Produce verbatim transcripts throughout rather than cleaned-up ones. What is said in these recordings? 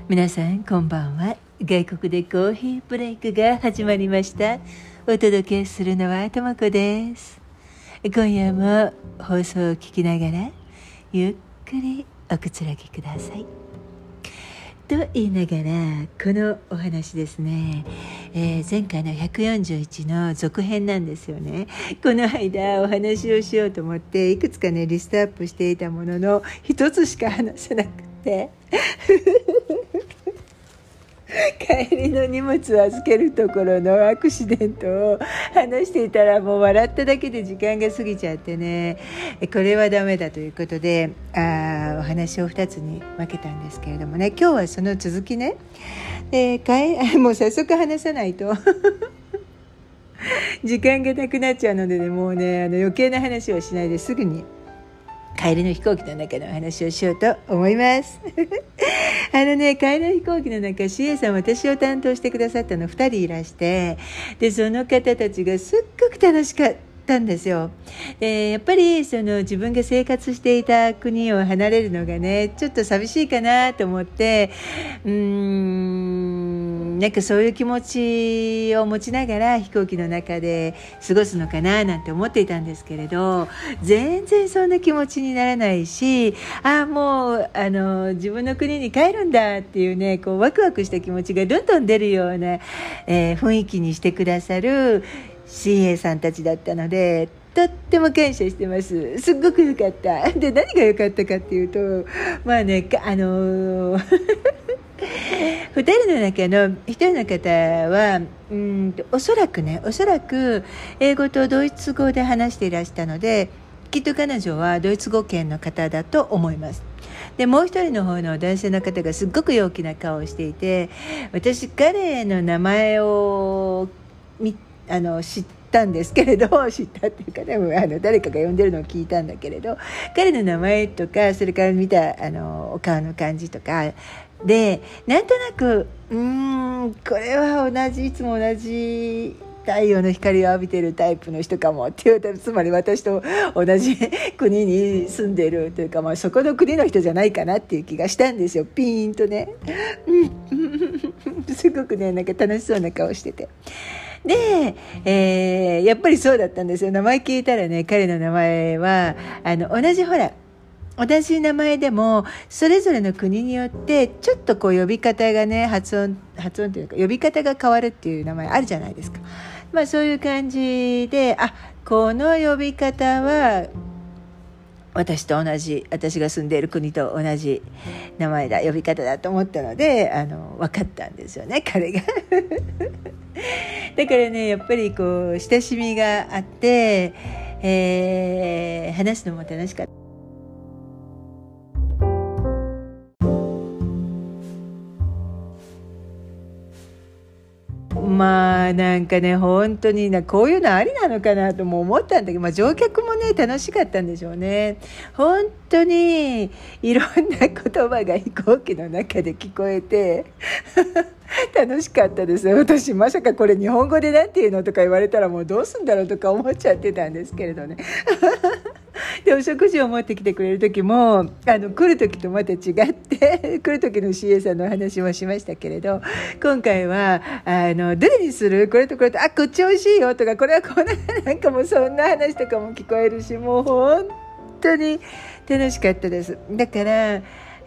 皆さんこんばんは。外国でコーヒーブレイクが始まりました。お届けするのはともこです。今夜も放送を聞きながらゆっくりおくつろぎくださいと言いながら、このお話ですね、えー、前回のひゃくよんじゅういちの続編なんですよね。この間お話をしようと思っていくつかねリストアップしていたものの一つしか話せなくて帰りの荷物を預けるところのアクシデントを話していたら、もう笑っただけで時間が過ぎちゃってね、これはダメだということで、あお話をふたつに分けたんですけれどもね、今日はその続きね。でかいもう早速話さないと時間がなくなっちゃうのでね、もうねあの余計な話をしないですぐに帰りの飛行機の中のお話をしようと思いますあのね帰りの飛行機の中、 シーエー さん私を担当してくださったのふたりいらして、でその方たちがすっごく楽しかったんですよ。でやっぱりその自分が生活していた国を離れるのがねちょっと寂しいかなと思って、うーんなんかそういう気持ちを持ちながら飛行機の中で過ごすのかななんて思っていたんですけれど、全然そんな気持ちにならないし、あもうあの自分の国に帰るんだっていうね、こうワクワクした気持ちがどんどん出るような、えー、雰囲気にしてくださる シーエー さんたちだったので、とっても感謝してます。すっごく良かった。で何が良かったかっていうと、まあねあのーふたりの中のひとりの方はうんとおそらくねおそらく英語とドイツ語で話していらしたので、きっと彼女はドイツ語圏の方だと思います。でもう一人の方の男性の方がすっごく陽気な顔をしていて、私彼の名前をみあの知ったんですけれど知ったっていうか、でもあの誰かが呼んでるのを聞いたんだけれど、彼の名前とかそれから見たあのお顔の感じとかでなんとなくうーんこれは同じいつも同じ太陽の光を浴びているタイプの人かもって言われたら、つまり私と同じ国に住んでいるというか、まあ、そこの国の人じゃないかなっていう気がしたんですよ。ピーンとねすごくねなんか楽しそうな顔してて、で、えー、やっぱりそうだったんですよ。名前聞いたらね、彼の名前はあの同じほら同じ名前でもそれぞれの国によってちょっとこう呼び方がね発音発音というか呼び方が変わるっていう名前あるじゃないですか。まあそういう感じで、あこの呼び方は私と同じ私が住んでいる国と同じ名前だ呼び方だと思ったので、あの分かったんですよね彼がだからねやっぱりこう親しみがあって、えー、話すのも楽しかった。まあなんかね本当になこういうのありなのかなとも思ったんだけど、まあ、乗客もね楽しかったんでしょうね。本当にいろんな言葉が飛行機の中で聞こえて楽しかったです。私まさかこれ日本語でなんて言うのとか言われたらもうどうすんだろうとか思っちゃってたんですけれどねでお食事を持ってきてくれる時もあの来る時とまた違って来る時の シーエー さんのお話もしましたけれど、今回はあのどれにするこれとこれとあこっち美味しいよとかこれはこうななんかもうそんな話とかも聞こえるし、もう本当に楽しかったです。だから、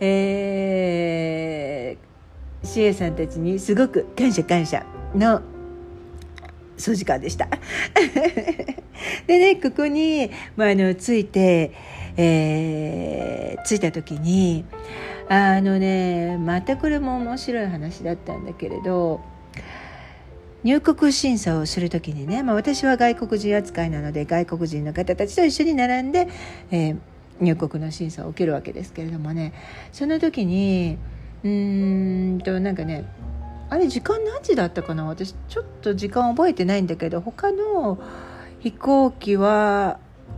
えー、シーエー さんたちにすごく感謝感謝の数時間でしたでねここに、まあ、あの着いて、えー、着いた時にあのねまたこれも面白い話だったんだけれど、入国審査をする時にね、まあ、私は外国人扱いなので外国人の方たちと一緒に並んで、えー、入国の審査を受けるわけですけれどもね、その時にうーんとなんかねあれ時間何時だったかな、私ちょっと時間覚えてないんだけど他の飛行機は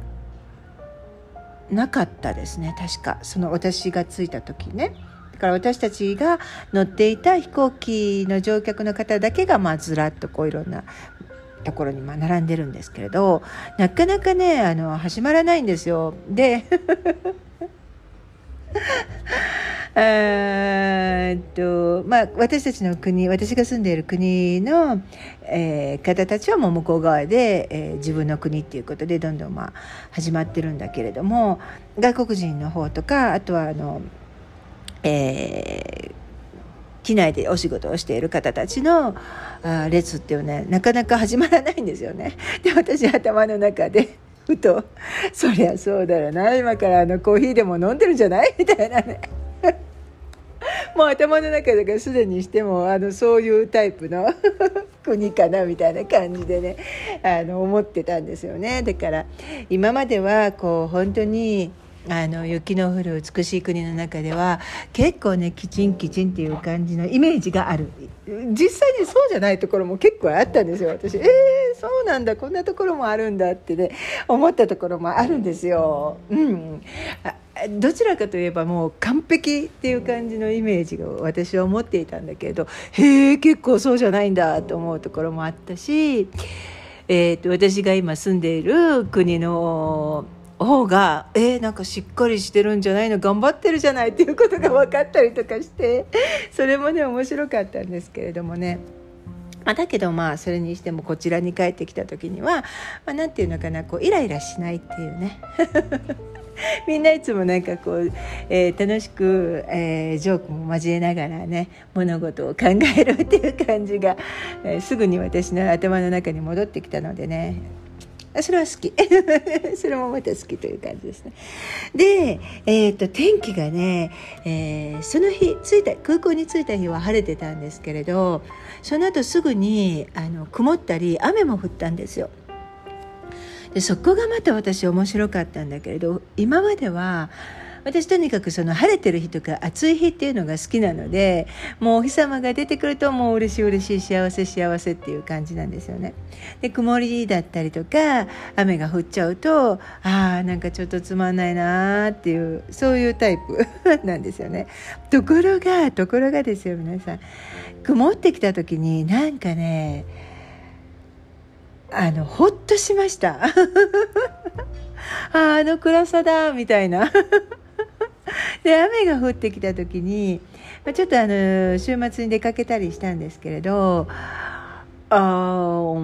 なかったですね。確かその私が着いた時ね、だから私たちが乗っていた飛行機の乗客の方だけがまあずらっとこういろんなところにまあ並んでるんですけれど、なかなかねあの始まらないんですよ。でえっとまあ、私たちの国、私が住んでいる国の、えー、方たちはもう向こう側で、えー、自分の国っていうことでどんどん、まあ、始まってるんだけれども、外国人の方とか、あとはあの、えー、機内でお仕事をしている方たちのあ列っていうね、なかなか始まらないんですよね。で、私頭の中でふと、そりゃそうだろうな、今からあのコーヒーでも飲んでるんじゃないみたいなね。もう頭の中だからすでにしてもあのそういうタイプの国かなみたいな感じでね、あの思ってたんですよね。だから今まではこう本当にあの雪の降る美しい国の中では結構ねきちんきちんっていう感じのイメージがある。実際にそうじゃないところも結構あったんですよ。私えー、そうなんだ、こんなところもあるんだってね思ったところもあるんですよ。うん、あどちらかといえばもう完璧っていう感じのイメージを私は持っていたんだけれど、へえ結構そうじゃないんだと思うところもあったし、えー、と私が今住んでいる国の方がえー、なんかしっかりしてるんじゃないの、頑張ってるじゃないっていうことが分かったりとかして、それもね面白かったんですけれどもね。まあ、だけどまあそれにしてもこちらに帰ってきた時には、まあ、なんていうのかな、こうイライラしないっていうねみんないつもなんかこう、えー、楽しく、えー、ジョークも交えながらね物事を考えるっていう感じが、えー、すぐに私の頭の中に戻ってきたのでね、それは好きそれもまた好きという感じですね。で、えー、と天気がね、えー、その日着いた空港に着いた日は晴れてたんですけれど、その後すぐにあの曇ったり雨も降ったんですよ。でそこがまた私面白かったんだけれど、今までは私とにかくその晴れてる日とか暑い日っていうのが好きなので、もうお日様が出てくるともう嬉しい嬉しい幸せ幸せっていう感じなんですよね。で曇りだったりとか雨が降っちゃうとあーなんかちょっとつまんないなっていう、そういうタイプなんですよね。ところがところがですよ皆さん、曇ってきた時になんかねあのほっとしましたああの暗さだみたいなで雨が降ってきた時に、まあ、ちょっとあの週末に出かけたりしたんですけれど、あ、うん、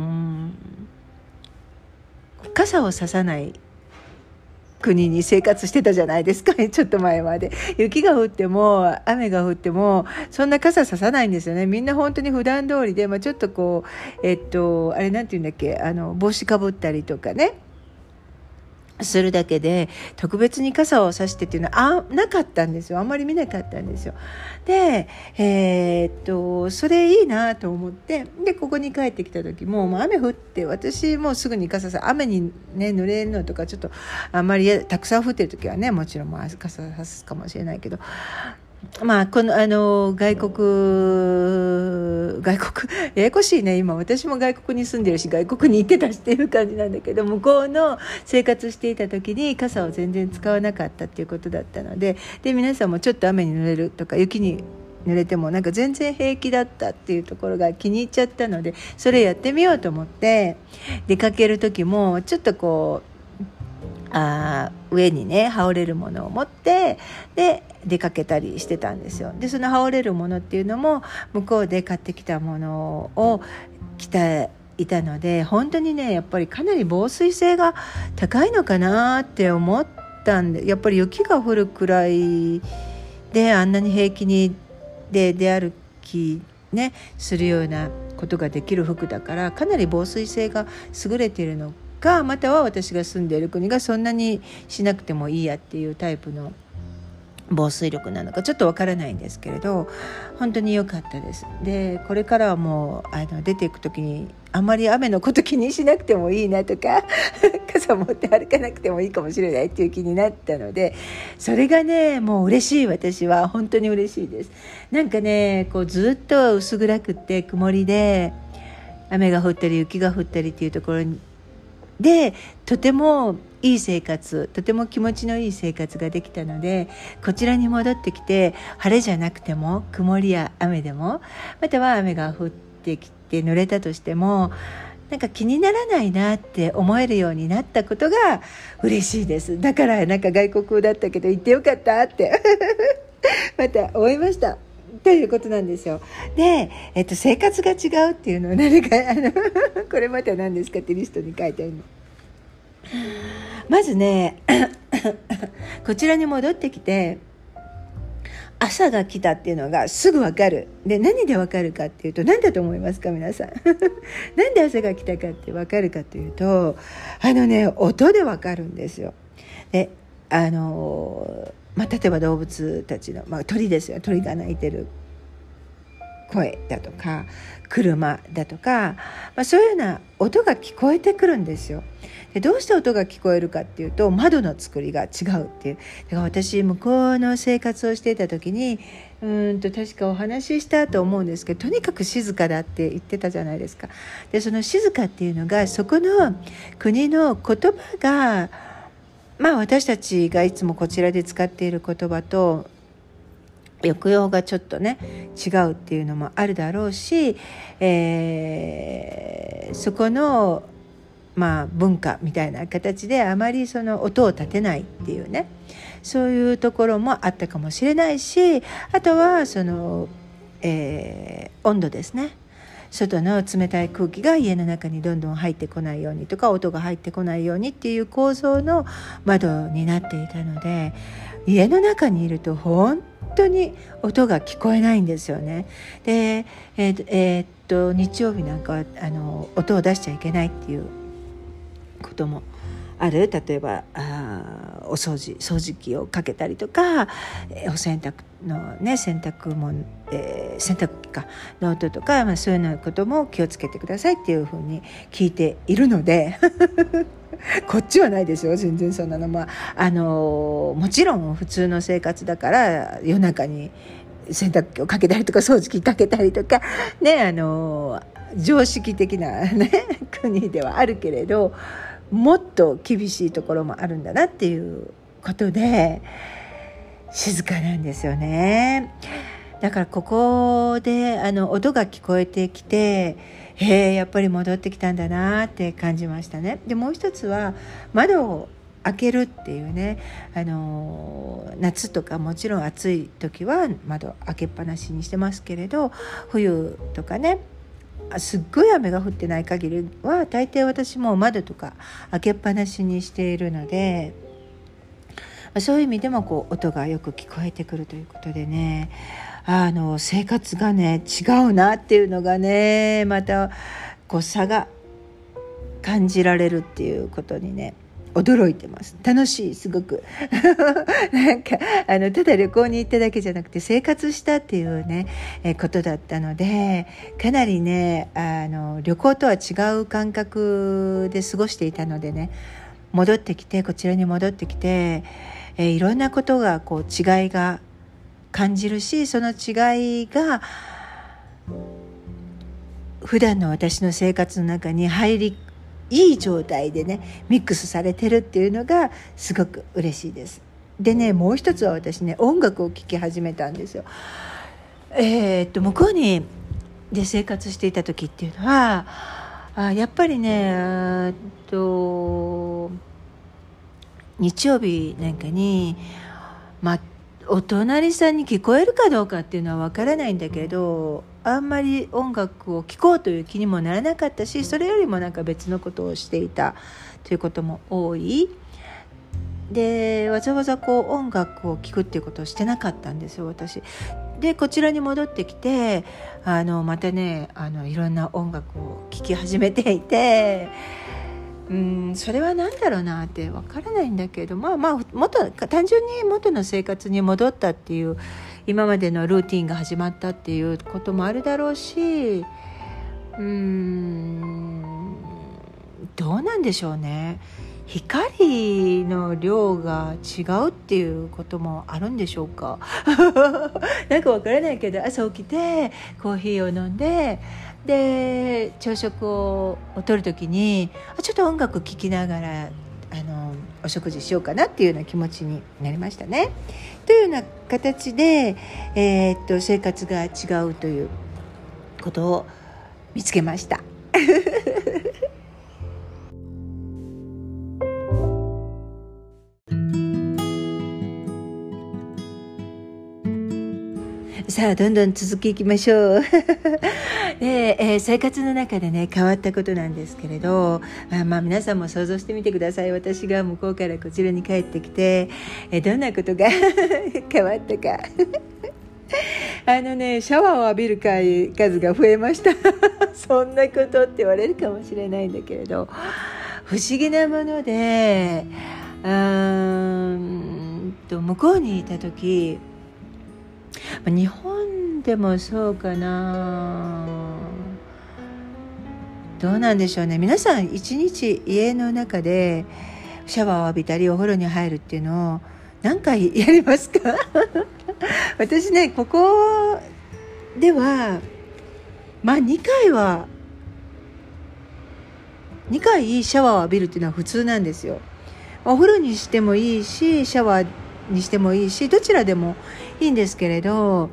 傘をささない国に生活してたじゃないですかちょっと前まで。雪が降っても雨が降ってもそんな傘ささないんですよね。みんな本当に普段通りで、まあ、ちょっとこうえっとあれなんていうんだっけ、あの帽子かぶったりとかねするだけで特別に傘を差してっていうのはあなかったんですよ。あんまり見なかったんですよ。で、えー、っとそれいいなと思って、でここに帰ってきた時も、もう雨降って、私もうすぐに傘さ雨に、ね、濡れるのとかちょっとあんまりたくさん降ってる時はねもちろんまあ傘差すかもしれないけど、まあ、このあの外国外国ややこしいね、今私も外国に住んでるし外国に行ってたしっていう感じなんだけど、向こうの生活していた時に傘を全然使わなかったっていうことだったので、で皆さんもちょっと雨に濡れるとか雪に濡れてもなんか全然平気だったっていうところが気に入っちゃったので、それやってみようと思って出かける時もちょっとこうあ上にね羽織れるものを持ってで出かけたりしてたんですよ。でその羽織れるものっていうのも向こうで買ってきたものを着ていたので、本当にねやっぱりかなり防水性が高いのかなって思ったんで、やっぱり雪が降るくらいであんなに平気にで出歩きねするようなことができる服だから、かなり防水性が優れているのか、または私が住んでいる国がそんなにしなくてもいいやっていうタイプの防水力なのかちょっとわからないんですけれど、本当に良かったです。でこれからはもうあの出ていく時にあまり雨のこと気にしなくてもいいなとか傘持って歩かなくてもいいかもしれないっていう気になったので、それがねもう嬉しい、私は本当に嬉しいです。なんかねこうずっと薄暗くって曇りで雨が降ったり雪が降ったりっていうところにでとてもいい生活、とても気持ちのいい生活ができたので、こちらに戻ってきて晴れじゃなくても曇りや雨でも、または雨が降ってきて濡れたとしてもなんか気にならないなって思えるようになったことが嬉しいです。だからなんか外国だったけど行ってよかったってまた思いましたということなんですよ。で、えっと、生活が違うっていうのは何かあのこれまた何ですかってリストに書いてあるの。まずねこちらに戻ってきて朝が来たっていうのがすぐわかる。で、何でわかるかっていうと、何だと思いますか皆さんなんで朝が来たかってわかるかというと、あのね音でわかるんですよ。で、あのまあ、例えば動物たちの、まあ、鳥ですよ。鳥が鳴いてる声だとか車だとか、まあ、そういうような音が聞こえてくるんですよ。で、どうして音が聞こえるかっていうと、窓の作りが違うっていう。だから私向こうの生活をしていた時にうーんと確かお話ししたと思うんですけど、とにかく静かだって言ってたじゃないですか。で、その静かっていうのがそこの国の言葉が、まあ私たちがいつもこちらで使っている言葉と抑揚がちょっとね違うっていうのもあるだろうし、えー、そこのまあ文化みたいな形であまりその音を立てないっていうね、そういうところもあったかもしれないし、あとはその、えー、温度ですね。外の冷たい空気が家の中にどんどん入ってこないようにとか、音が入ってこないようにっていう構造の窓になっていたので、家の中にいると本当に音が聞こえないんですよね。で、えーえー、っと日曜日なんかはあの音を出しちゃいけないっていうこともある。例えばあお掃除掃除機をかけたりとか、えー、お洗濯のね洗濯も、えー、洗濯機かの音とか、まあ、そういうようなことも気をつけてくださいっていうふうに聞いているのでこっちはないですよ全然そんなの。まああのー、もちろん普通の生活だから夜中に洗濯機をかけたりとか掃除機かけたりとかね、あのー、常識的な、ね、国ではあるけれど、もっと厳しいところもあるんだなっていうことで静かなんですよね。だからここであの音が聞こえてきて、へえやっぱり戻ってきたんだなって感じましたね。で、もう一つは窓を開けるっていうね、あの夏とかもちろん暑い時は窓開けっぱなしにしてますけれど、冬とかねすっごい雨が降ってない限りは大抵私も窓とか開けっぱなしにしているので、そういう意味でもこう音がよく聞こえてくるということでね、あの生活がね違うなっていうのがね、またこう差が感じられるっていうことにね驚いてます。楽しい、すごくなんかあのただ旅行に行っただけじゃなくて生活したっていうねえことだったので、かなりねあの旅行とは違う感覚で過ごしていたのでね、戻ってきてこちらに戻ってきて、えいろんなことがこう違いが感じるし、その違いが普段の私の生活の中に入りいい状態でねミックスされてるっていうのがすごく嬉しいです。でね、もう一つは私ね音楽を聴き始めたんですよ。えー、っと向こうにで生活していた時っていうのはあやっぱりねえっと日曜日なんかにまあお隣さんに聞こえるかどうかっていうのは分からないんだけど、あんまり音楽を聴こうという気にもならなかったし、それよりもなんか別のことをしていたということも多い。で、わざわざこう音楽を聴くっていうことをしてなかったんですよ私。でこちらに戻ってきてあのまたねあのいろんな音楽を聴き始めていて、うんそれは何だろうなって分からないんだけど、まあまあ元単純に元の生活に戻ったっていう、今までのルーティンが始まったっていうこともあるだろうし、うーんどうなんでしょうね。光の量が違うっていうこともあるんでしょうかなんかわからないけど、朝起きてコーヒーを飲んで、で朝食を取るときにちょっと音楽聴きながらあのお食事しようかなっていうような気持ちになりましたね。というような形で、えー、っと生活が違うということを見つけましたさあどんどん続きいきましょうで、えー、生活の中でね変わったことなんですけれど、あまあ皆さんも想像してみてください。私が向こうからこちらに帰ってきて、えー、どんなことが変わったかあのねシャワーを浴びる回数が増えましたそんなことって言われるかもしれないんだけれど、不思議なもので、うーんと向こうにいた時、日本でもそうかな、どうなんでしょうね。皆さん一日家の中でシャワーを浴びたりお風呂に入るっていうのを何回やりますか私ねここではまあにかいはにかいシャワーを浴びるっていうのは普通なんですよ。お風呂にしてもいいしシャワーにしてもいいしどちらでもいいんですけれど、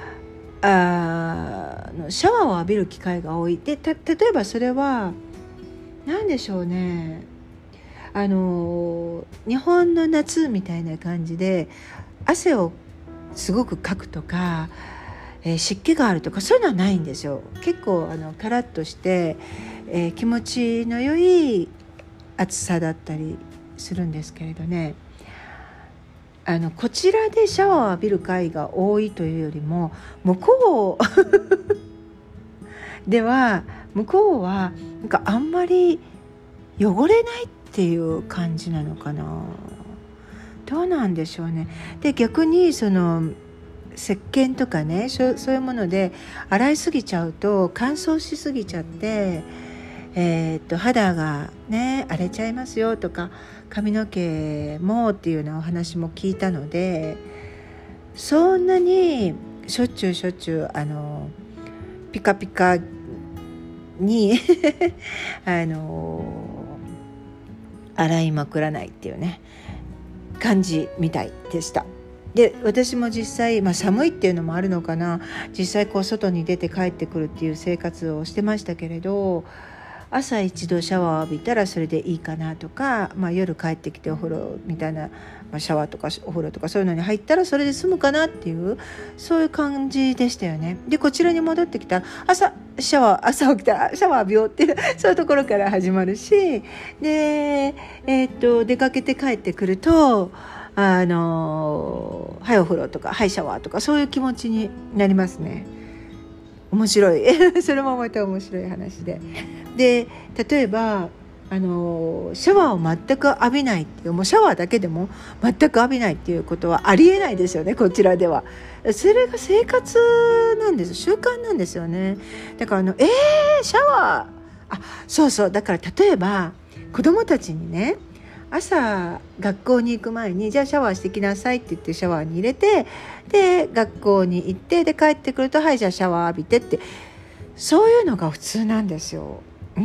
あシャワーを浴びる機会が多い。でた例えばそれは何でしょうね、あの日本の夏みたいな感じで汗をすごくかくとか、えー、湿気があるとかそういうのはないんですよ。結構あのカラッとして、えー、気持ちの良い暑さだったりするんですけれどね、あのこちらでシャワーを浴びる回が多いというよりも向こうでは向こうはなんかあんまり汚れないっていう感じなのかな、どうなんでしょうね。で逆にその石鹸とかねそういうもので洗いすぎちゃうと乾燥しすぎちゃって、えー、っと肌がね荒れちゃいますよとか髪の毛もっていうようなお話も聞いたので、そんなにしょっちゅうしょっちゅうあのピカピカにあの洗いまくらないっていうね感じみたいでした。で私も実際、まあ、寒いっていうのもあるのかな、実際こう外に出て帰ってくるっていう生活をしてましたけれど、朝一度シャワーを浴びたらそれでいいかなとか、まあ、夜帰ってきてお風呂みたいな、まあ、シャワーとかお風呂とかそういうのに入ったらそれで済むかなっていうそういう感じでしたよね。でこちらに戻ってきた朝シャワー朝起きたらシャワー浴びようっていうそういうところから始まるし、で、えー、っと出かけて帰ってくるとあのはいお風呂とかはいシャワーとかそういう気持ちになりますね。面白いそれもまた面白い話で、で例えばあのシャワーを全く浴びないっていう、もうシャワーだけでも全く浴びないっていうことはありえないですよね、こちらでは。それが生活なんです、習慣なんですよね。だからあのえー、シャワーあそうそうだから例えば子供たちにね朝学校に行く前にじゃあシャワーしてきなさいって言ってシャワーに入れて、で学校に行ってで帰ってくるとはいじゃあシャワー浴びてって、そういうのが普通なんですよ。うん、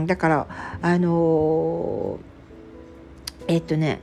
だからあのー、えー、っとね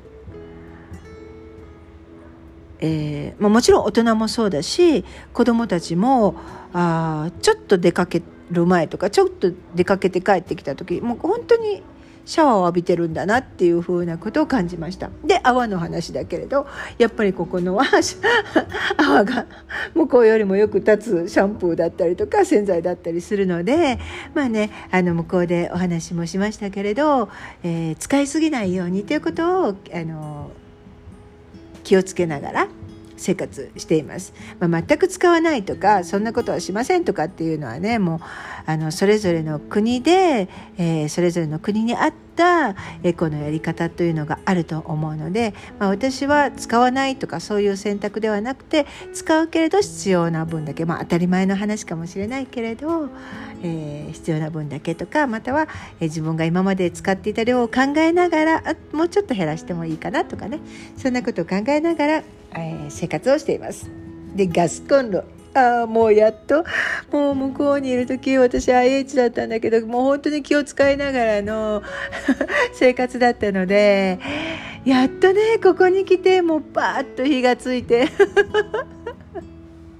えーまあ、もちろん大人もそうだし子どもたちもあちょっと出かける前とかちょっと出かけて帰ってきた時もう本当にシャワーを浴びてるんだなっていう風なことを感じました。で泡の話だけれどやっぱりここのは泡が向こうよりもよく立つシャンプーだったりとか洗剤だったりするので、まあねあの向こうでお話もしましたけれど、えー、使いすぎないようにということをあの気をつけながら生活しています、まあ、全く使わないとかそんなことはしませんとかっていうのはねもうあのそれぞれの国で、えー、それぞれの国に合ったエコのやり方というのがあると思うので、まあ、私は使わないとかそういう選択ではなくて使うけれど必要な分だけ、まあ、当たり前の話かもしれないけれど、えー、必要な分だけとかまたは、えー、自分が今まで使っていた量を考えながらあもうちょっと減らしてもいいかなとかねそんなことを考えながらえー、生活をしています。でガスコンロあもうやっともう向こうにいる時私 アイエイチ だったんだけどもう本当に気を使いながらの生活だったのでやっとねここに来てもうバーッと火がついて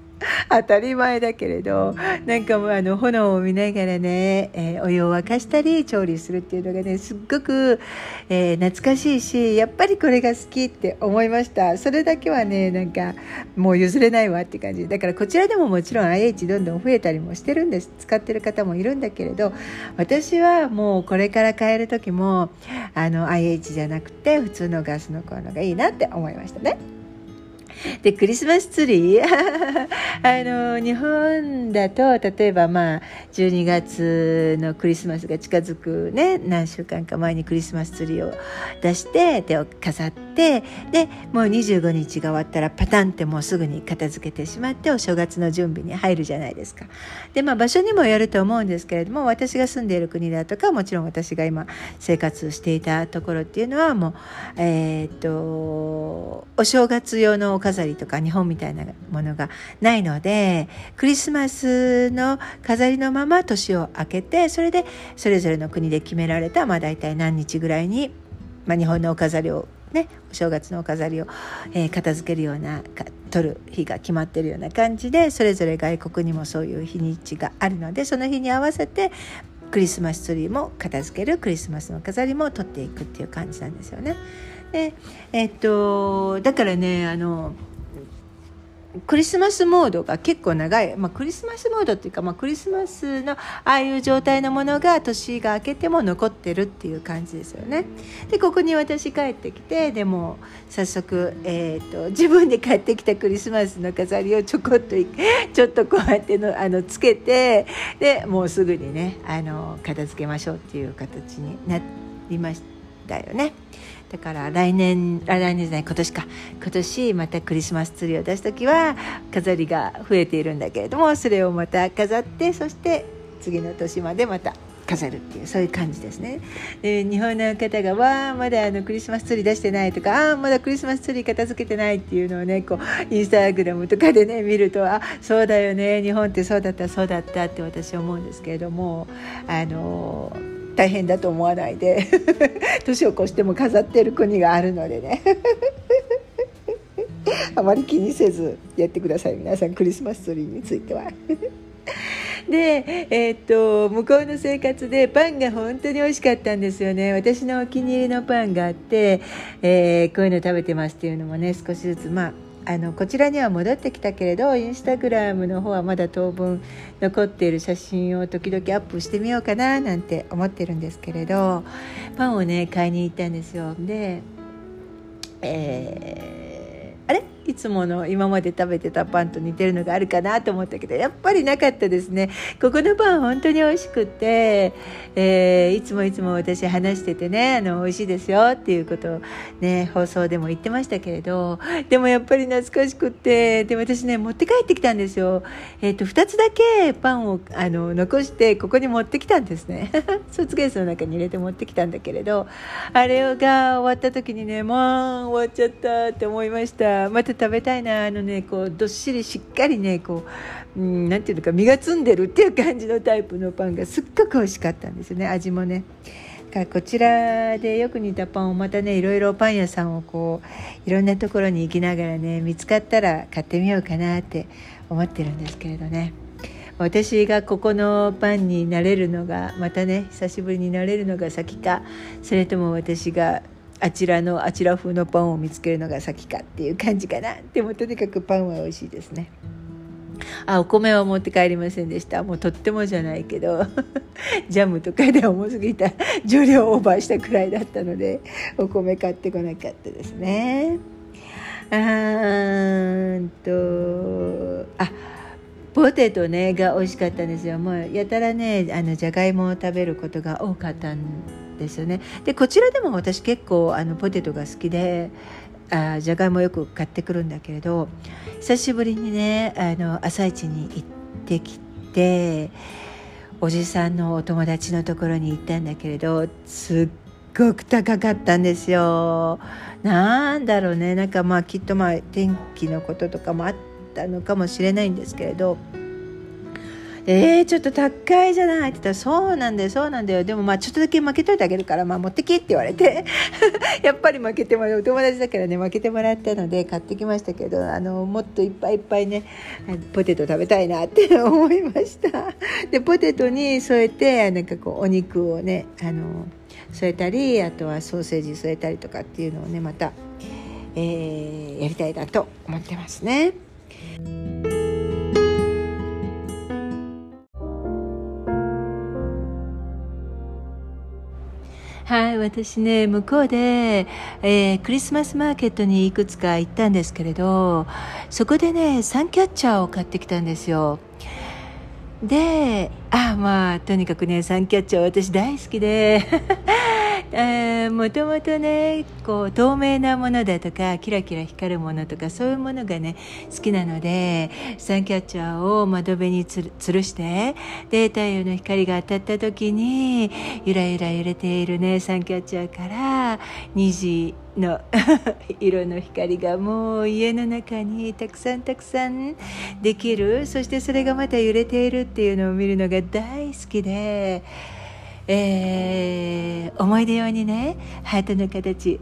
当たり前だけれど、なんかもうあの炎を見ながらね、えー、お湯を沸かしたり調理するっていうのがねすっごく、えー、懐かしいし、やっぱりこれが好きって思いました。それだけはねなんかもう譲れないわって感じだから、こちらでももちろん アイエイチ どんどん増えたりもしてるんです。使ってる方もいるんだけれど、私はもうこれから変える時もあの アイエイチ じゃなくて普通のガスのコンロがいいなって思いましたね。でクリスマスツリーあの日本だと例えばまあじゅうにがつのクリスマスが近づくね、何週間か前にクリスマスツリーを出してで飾って、でもうにじゅうごにちが終わったらパタンってもうすぐに片付けてしまってお正月の準備に入るじゃないですか。でまあ場所にもよると思うんですけれども、私が住んでいる国だとか、もちろん私が今生活していたところっていうのはもうえー、っとお正月用のお飾りとか日本みたいなものがないので、クリスマスの飾りのまま年を明けて、それでそれぞれの国で決められた、まあ、大体何日ぐらいに、まあ、日本のお飾りをね、お正月のお飾りを、えー、片付けるような取る日が決まっているような感じで、それぞれ外国にもそういう日にちがあるので、その日に合わせてクリスマスツリーも片付ける、クリスマスの飾りも取っていくっていう感じなんですよね。でえっとだからね、あのクリスマスモードが結構長い、まあ、クリスマスモードっていうか、まあ、クリスマスのああいう状態のものが年が明けても残ってるっていう感じですよね。でここに私帰ってきて、でも早速、えー、と自分で買ってきたクリスマスの飾りをちょこっとちょっとこうやってのあのつけて、でもうすぐにねあの片付けましょうっていう形になりましたよね。だから来年、あ、来年じゃない、今年か。今年またクリスマスツリーを出すときは飾りが増えているんだけれども、それをまた飾って、そして次の年までまた飾るっていう、そういう感じですね。で日本の方がわーまだあのクリスマスツリー出してないとか、あーまだクリスマスツリー片付けてないっていうのをね、こうインスタグラムとかでね見ると、あそうだよね、日本ってそうだったそうだったって私は思うんですけれども、あのー大変だと思わないで年を越しても飾っている国があるのでねあまり気にせずやってください、皆さん、クリスマスツリーについてはで、えー、っと向こうの生活でパンが本当に美味しかったんですよね。私のお気に入りのパンがあって、えー、こういうの食べてますっていうのもね、少しずつまああのこちらには戻ってきたけれど、インスタグラムの方はまだ当分残っている写真を時々アップしてみようかななんて思ってるんですけれど、パンをね買いに行ったんですよ。で、えー、あれいつもの今まで食べてたパンと似てるのがあるかなと思ったけど、やっぱりなかったですね。ここのパン本当に美味しくて、えー、いつもいつも私話しててね、あの美味しいですよっていうことをね放送でも言ってましたけれど、でもやっぱり懐かしくって、で私ね持って帰ってきたんですよ。えー、とふたつだけパンをあの残してここに持ってきたんですねスーツケースの中に入れて持ってきたんだけれど、あれが終わった時にね、もう終わっちゃったって思いました。また食べたいな。あのねこうどっしりしっかりねこう、うん、なんていうのか身がつんでるっていう感じのタイプのパンがすっごく美味しかったんですよね。味もね。だからこちらでよく似たパンをまたねいろいろパン屋さんをこういろんなところに行きながらね見つかったら買ってみようかなって思ってるんですけれどね。私がここのパンになれるのがまたね久しぶりになれるのが先か、それとも私があちらのあちら風のパンを見つけるのが先かっていう感じかな。でもとにかくパンは美味しいですね。あ、お米は持って帰りませんでした。もうとってもじゃないけどジャムとかで重すぎた重量オーバーしたくらいだったのでお米買ってこなかったですね。あーんとあポテトねが美味しかったんですよ。もうやたらねあのじゃがいもを食べることが多かったんですよね。でこちらでも私結構あのポテトが好きで、あじゃがいもよく買ってくるんだけれど、久しぶりにねあの朝市に行ってきて、おじさんのお友達のところに行ったんだけれど、すっごく高かったんですよ。なんだろうね、なんかまあきっとまあ天気のこととかもあったのかもしれないんですけれど、 えー、ちょっと高いじゃないって言ったら、そうなんだよそうなんだよ、でもまあちょっとだけ負けといてあげるから、まあ持ってきって言われてやっぱり負けてもらう、お友達だからね負けてもらったので買ってきましたけど、あのもっといっぱいいっぱいねポテト食べたいなって思いましたでポテトに添えてなんかこうお肉をねあの添えたり、あとはソーセージ添えたりとかっていうのをねまた、えー、やりたいなと思ってますね。はい、私ね向こうで、えー、クリスマスマーケットにいくつか行ったんですけれど、そこでねサンキャッチャーを買ってきたんですよ。で、あまあとにかくねサンキャッチャー私大好きでえー、もともとねこう透明なものだとかキラキラ光るものとかそういうものがね好きなので、サンキャッチャーを窓辺につる吊るして、で太陽の光が当たった時にゆらゆら揺れているねサンキャッチャーから虹の色の光がもう家の中にたくさんたくさんできる、そしてそれがまた揺れているっていうのを見るのが大好きで、えー、思い出用にねハートの形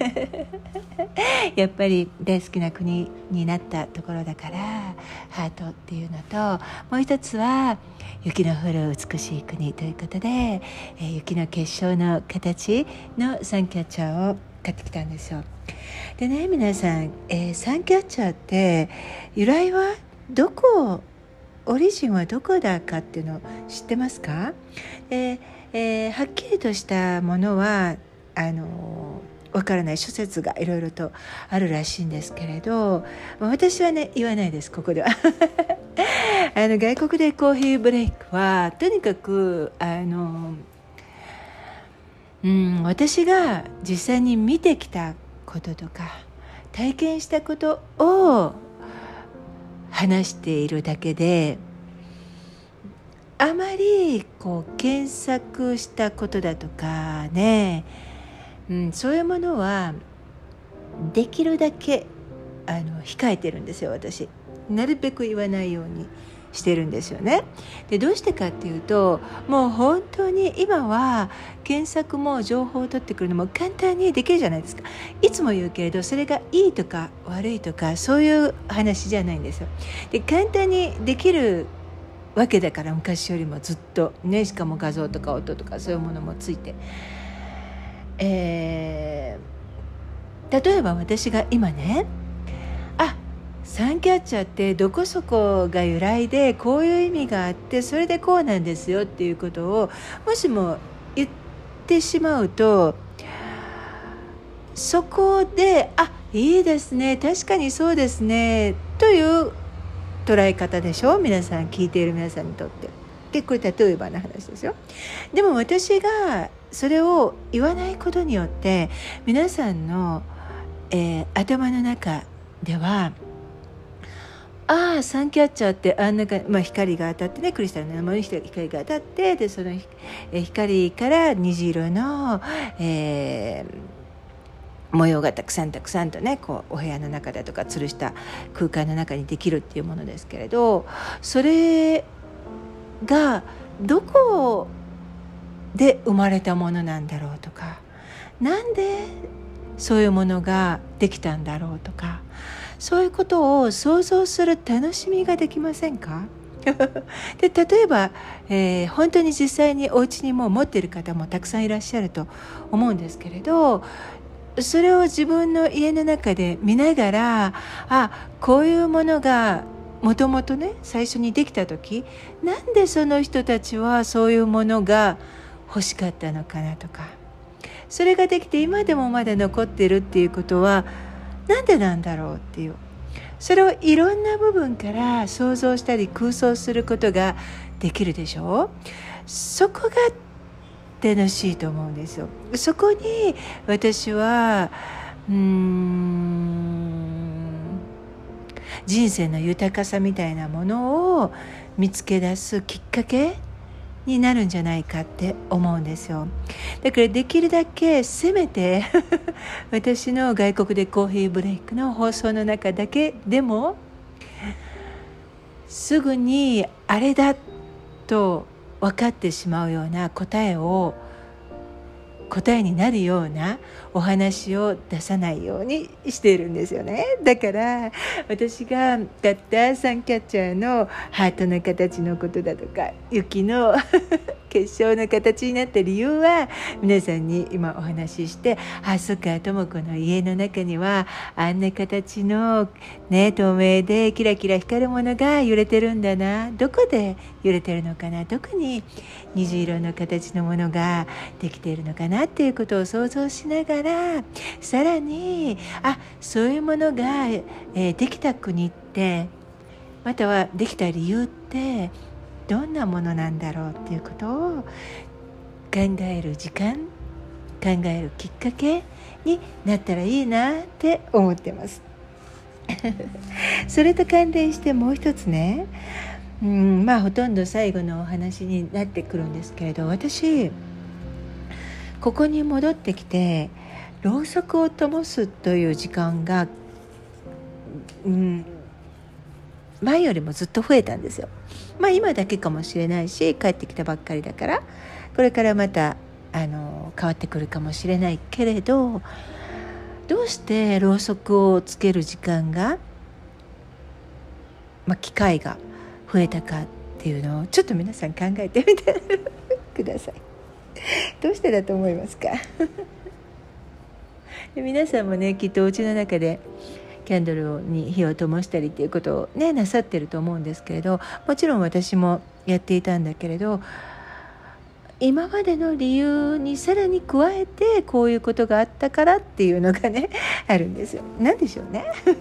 やっぱり大好きな国になったところだからハートっていうのと、もう一つは雪の降る美しい国ということで、えー、雪の結晶の形のサンキャッチャーを買ってきたんですよ。でね皆さん、えー、サンキャッチャーって由来はどこ、オリジンはどこだかっていうのを知ってますか？えーえー、はっきりとしたものはあのわからない諸説がいろいろとあるらしいんですけれど、私はね言わないですここではあの外国でコーヒーブレイクはとにかくあの、うん、私が実際に見てきたこととか体験したことを話しているだけで、あまりこう検索したことだとかね、うん、そういうものはできるだけあの控えてるんですよ。私なるべく言わないようにしてるんですよね。でどうしてかっていうと、もう本当に今は検索も情報を取ってくるのも簡単にできるじゃないですか。いつも言うけれどそれがいいとか悪いとかそういう話じゃないんですよ。で簡単にできるわけだから、昔よりもずっとね、しかも画像とか音とかそういうものもついて、えー、例えば私が今ね、あサンキャッチャーってどこそこが由来でこういう意味があってそれでこうなんですよっていうことをもしも言ってしまうと、そこであいいですね確かにそうですねという捉え方でしょ、皆さん聞いている皆さんにとって。でこれ例えばの話ですよ。でも私がそれを言わないことによって皆さんの、えー、頭の中ではああサンキャッチャーってあんなか、まあ、光が当たってね、クリスタルの生の光が当たって、でその、えー、光から虹色の、えー模様がたくさんたくさんとねこうお部屋の中だとか吊るした空間の中にできるっていうものですけれど、それがどこで生まれたものなんだろうとか、なんでそういうものができたんだろうとか、そういうことを想像する楽しみができませんか？で例えば、えー、本当に実際にお家にもう持っている方もたくさんいらっしゃると思うんですけれど、それを自分の家の中で見ながら、あこういうものがもともとね最初にできた時、なんでその人たちはそういうものが欲しかったのかなとか、それができて今でもまだ残ってるっていうことはなんでなんだろうっていう、それをいろんな部分から想像したり空想することができるでしょう。そこが楽しいと思うんですよ。そこに私はうーん人生の豊かさみたいなものを見つけ出すきっかけになるんじゃないかって思うんですよ。だからできるだけせめて私の外国でコーヒーブレイクの放送の中だけでもすぐにあれだっと分かってしまうような答えを答えになるようなお話を出さないようにしているんですよね。だから私が買ったサンキャッチャーのハートの形のことだとか雪の結晶の形になった理由は皆さんに今お話しして、あ、そっか、とも子の家の中にはあんな形の、ね、透明でキラキラ光るものが揺れてるんだな、どこで揺れてるのかな、特に虹色の形のものができているのかなっていうことを想像しながら、さらにあそういうものが、えー、できた国ってまたはできた理由ってどんなものなんだろうっていうことを考える時間、考えるきっかけになったらいいなって思ってますそれと関連してもう一つね、うん、まあほとんど最後のお話になってくるんですけれど、私ここに戻ってきてろうそくを灯すという時間が、うん、前よりもずっと増えたんですよ。まあ今だけかもしれないし、帰ってきたばっかりだからこれからまたあの変わってくるかもしれないけれど、どうしてろうそくをつける時間が、まあ、機会が増えたかっていうのをちょっと皆さん考えてみてください。どうしてだと思いますかで皆さんもね、きっとお家の中でキャンドルに火を灯したりっていうことをねなさってると思うんですけれど、もちろん私もやっていたんだけれど、今までの理由にさらに加えてこういうことがあったからっていうのがねあるんですよ。なんでしょうね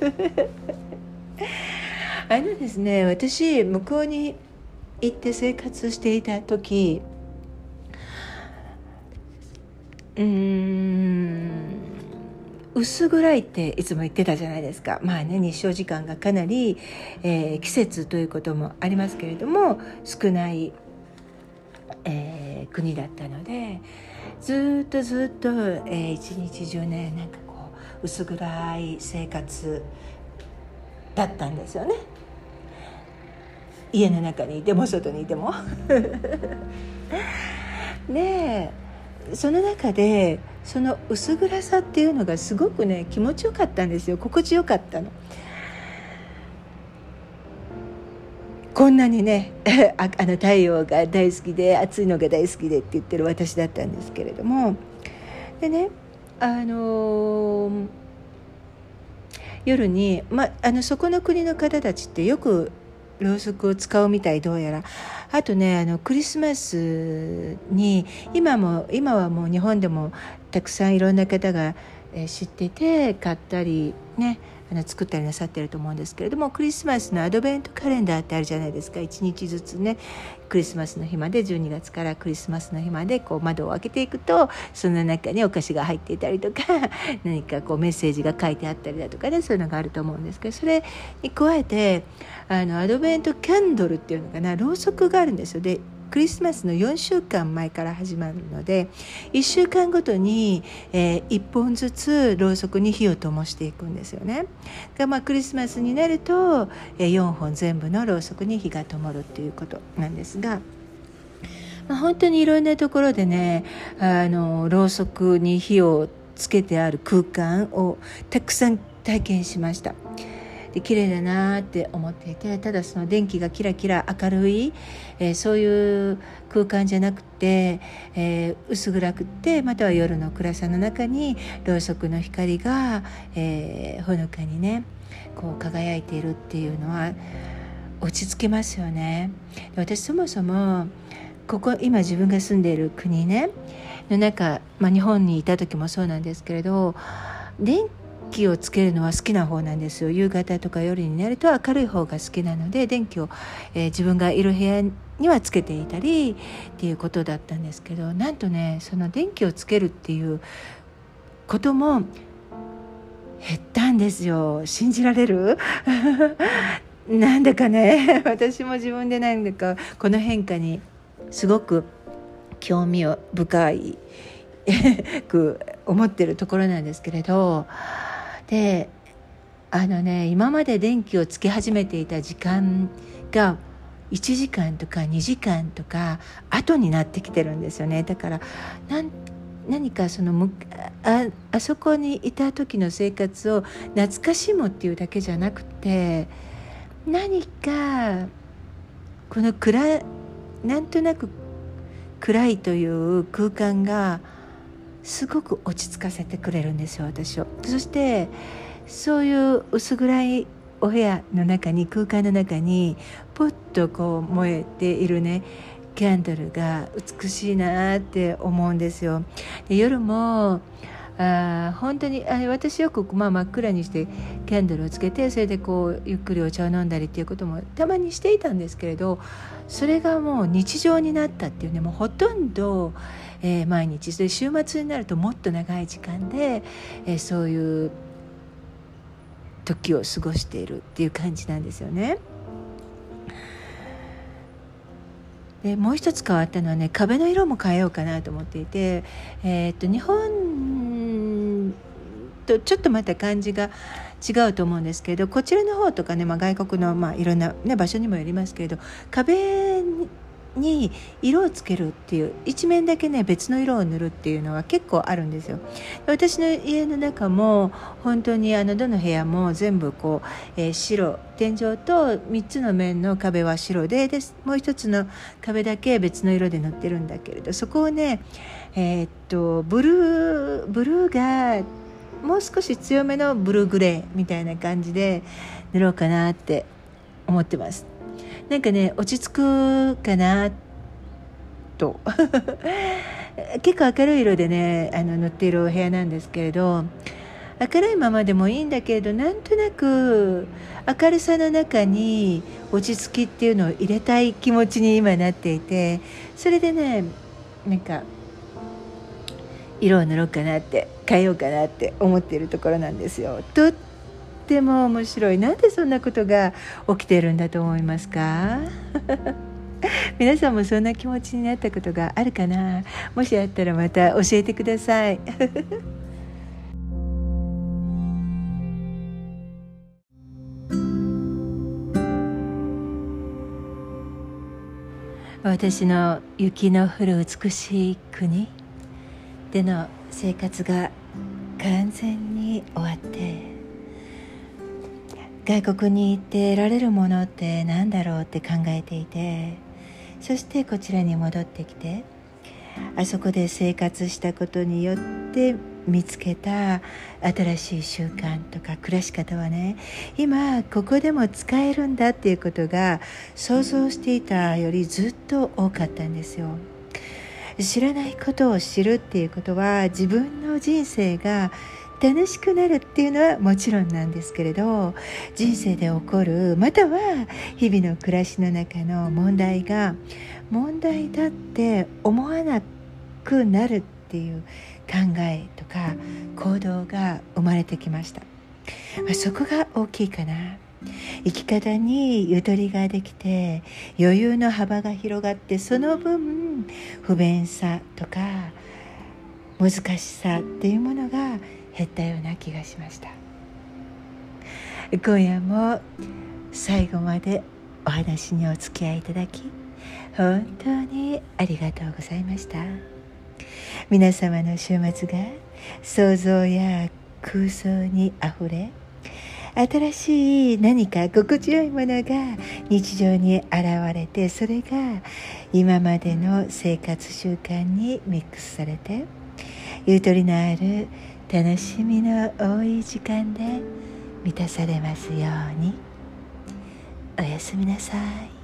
あのですね、私向こうに行って生活していた時、うーん薄暗いっていつも言ってたじゃないですか。まあね、日照時間がかなり、えー、季節ということもありますけれども少ない、えー、国だったので、ずっとずっと、えー、一日中ねなんかこう薄暗い生活だったんですよね。家の中にいても外にいてもでその中でその薄暗さっていうのがすごくね気持ちよかったんですよ。心地よかったの。こんなにねああの太陽が大好きで暑いのが大好きでって言ってる私だったんですけれども、でねあのー、夜に、ま、あのそこの国の方たちってよくろうそくを使うみたい。どうやらあとねあのクリスマスに今も今はもう日本でもたくさんいろんな方が、えー、知ってて買ったりねあの作ったりなさってると思うんですけれども、クリスマスのアドベントカレンダーってあるじゃないですか。いちにちずつねクリスマスの日までじゅうにがつからクリスマスの日までこう窓を開けていくとその中にお菓子が入っていたりとか何かこうメッセージが書いてあったりだとかね、そういうのがあると思うんですけど、それに加えてあのアドベントキャンドルっていうのかな、ろうそくがあるんですよ。でクリスマスのよんしゅうかんまえから始まるのでいっしゅうかんごとに、えー、いっぽんずつろうそくに火を灯していくんですよね。が、まあ、クリスマスになると、えー、よんほん全部のろうそくに火が灯るっていうことなんですが、まあ、本当にいろんなところでねあのろうそくに火をつけてある空間をたくさん体験しました。で綺麗だなって思っていて、ただその電気がキラキラ明るい、えー、そういう空間じゃなくて、えー、薄暗くってまたは夜の暗さの中にろうそくの光が、えー、ほのかにねこう輝いているっていうのは落ち着きますよね。で私そもそもここ今自分が住んでいる国ねの中、まあ、日本にいた時もそうなんですけれど、電気をつけるのは好きな方なんですよ。夕方とか夜になると明るい方が好きなので電気を、えー、自分がいる部屋にはつけていたりっていうことだったんですけど、なんとねその電気をつけるっていうことも減ったんですよ。信じられるなんだかね私も自分でなんだかこの変化にすごく興味を深いく思ってるところなんですけれど、であのね今まで電気をつけ始めていた時間がいちじかんとかにじかんとか後になってきてるんですよね。だからなん何かそのむ あ, あそこにいた時の生活を懐かしむっていうだけじゃなくて、何かこの暗なんとなく暗いという空間がすごく落ち着かせてくれるんですよ、私を。そしてそういう薄暗いお部屋の中に、空間の中にポッとこう燃えているねキャンドルが美しいなって思うんですよ。で夜もあ本当にあ私よく、まあ、真っ暗にしてキャンドルをつけて、それでこうゆっくりお茶を飲んだりっていうこともたまにしていたんですけれど、それがもう日常になったっていうね、もうほとんど、えー、毎日で、週末になるともっと長い時間で、えー、そういう時を過ごしているっていう感じなんですよね。でもう一つ変わったのはね、壁の色も変えようかなと思っていて、えー、っと日本とちょっとまた感じが違うと思うんですけど、こちらの方とかね、まあ、外国の、まあ、いろんな、ね、場所にもよりますけれど、壁に色をつけるっていう、一面だけね別の色を塗るっていうのは結構あるんですよ。私の家の中も本当にあのどの部屋も全部こう、えー、白、天井とみっつの面の壁は白で、でもう一つの壁だけ別の色で塗ってるんだけれど、そこをね、えー、っとブルーブルーがもう少し強めのブルーグレーみたいな感じで塗ろうかなって思ってます。なんかね落ち着くかなと結構明るい色でねあの塗っているお部屋なんですけれど、明るいままでもいいんだけれど、なんとなく明るさの中に落ち着きっていうのを入れたい気持ちに今なっていて、それでねなんか色を塗ろうかなって変えようかなって思っているところなんですよ。とっても面白い。なんでそんなことが起きているんだと思いますか？皆さんもそんな気持ちになったことがあるかな？もしあったらまた教えてください。私の雪の降る美しい国での生活が完全に終わって、外国に行って得られるものって何だろうって考えていて、そしてこちらに戻ってきて、あそこで生活したことによって見つけた新しい習慣とか暮らし方はね、今ここでも使えるんだっていうことが想像していたよりずっと多かったんですよ。知らないことを知るっていうことは、自分の人生が楽しくなるっていうのはもちろんなんですけれど、人生で起こるまたは日々の暮らしの中の問題が問題だって思わなくなるっていう考えとか行動が生まれてきました。まあ、そこが大きいかな。生き方にゆとりができて余裕の幅が広がって、その分不便さとか難しさっていうものが減ったような気がしました。今夜も最後までお話にお付き合いいただき本当にありがとうございました。皆様の週末が想像や空想にあふれ、新しい何か心地よいものが日常に現れて、それが今までの生活習慣にミックスされて、ゆとりのある楽しみの多い時間で満たされますように。おやすみなさい。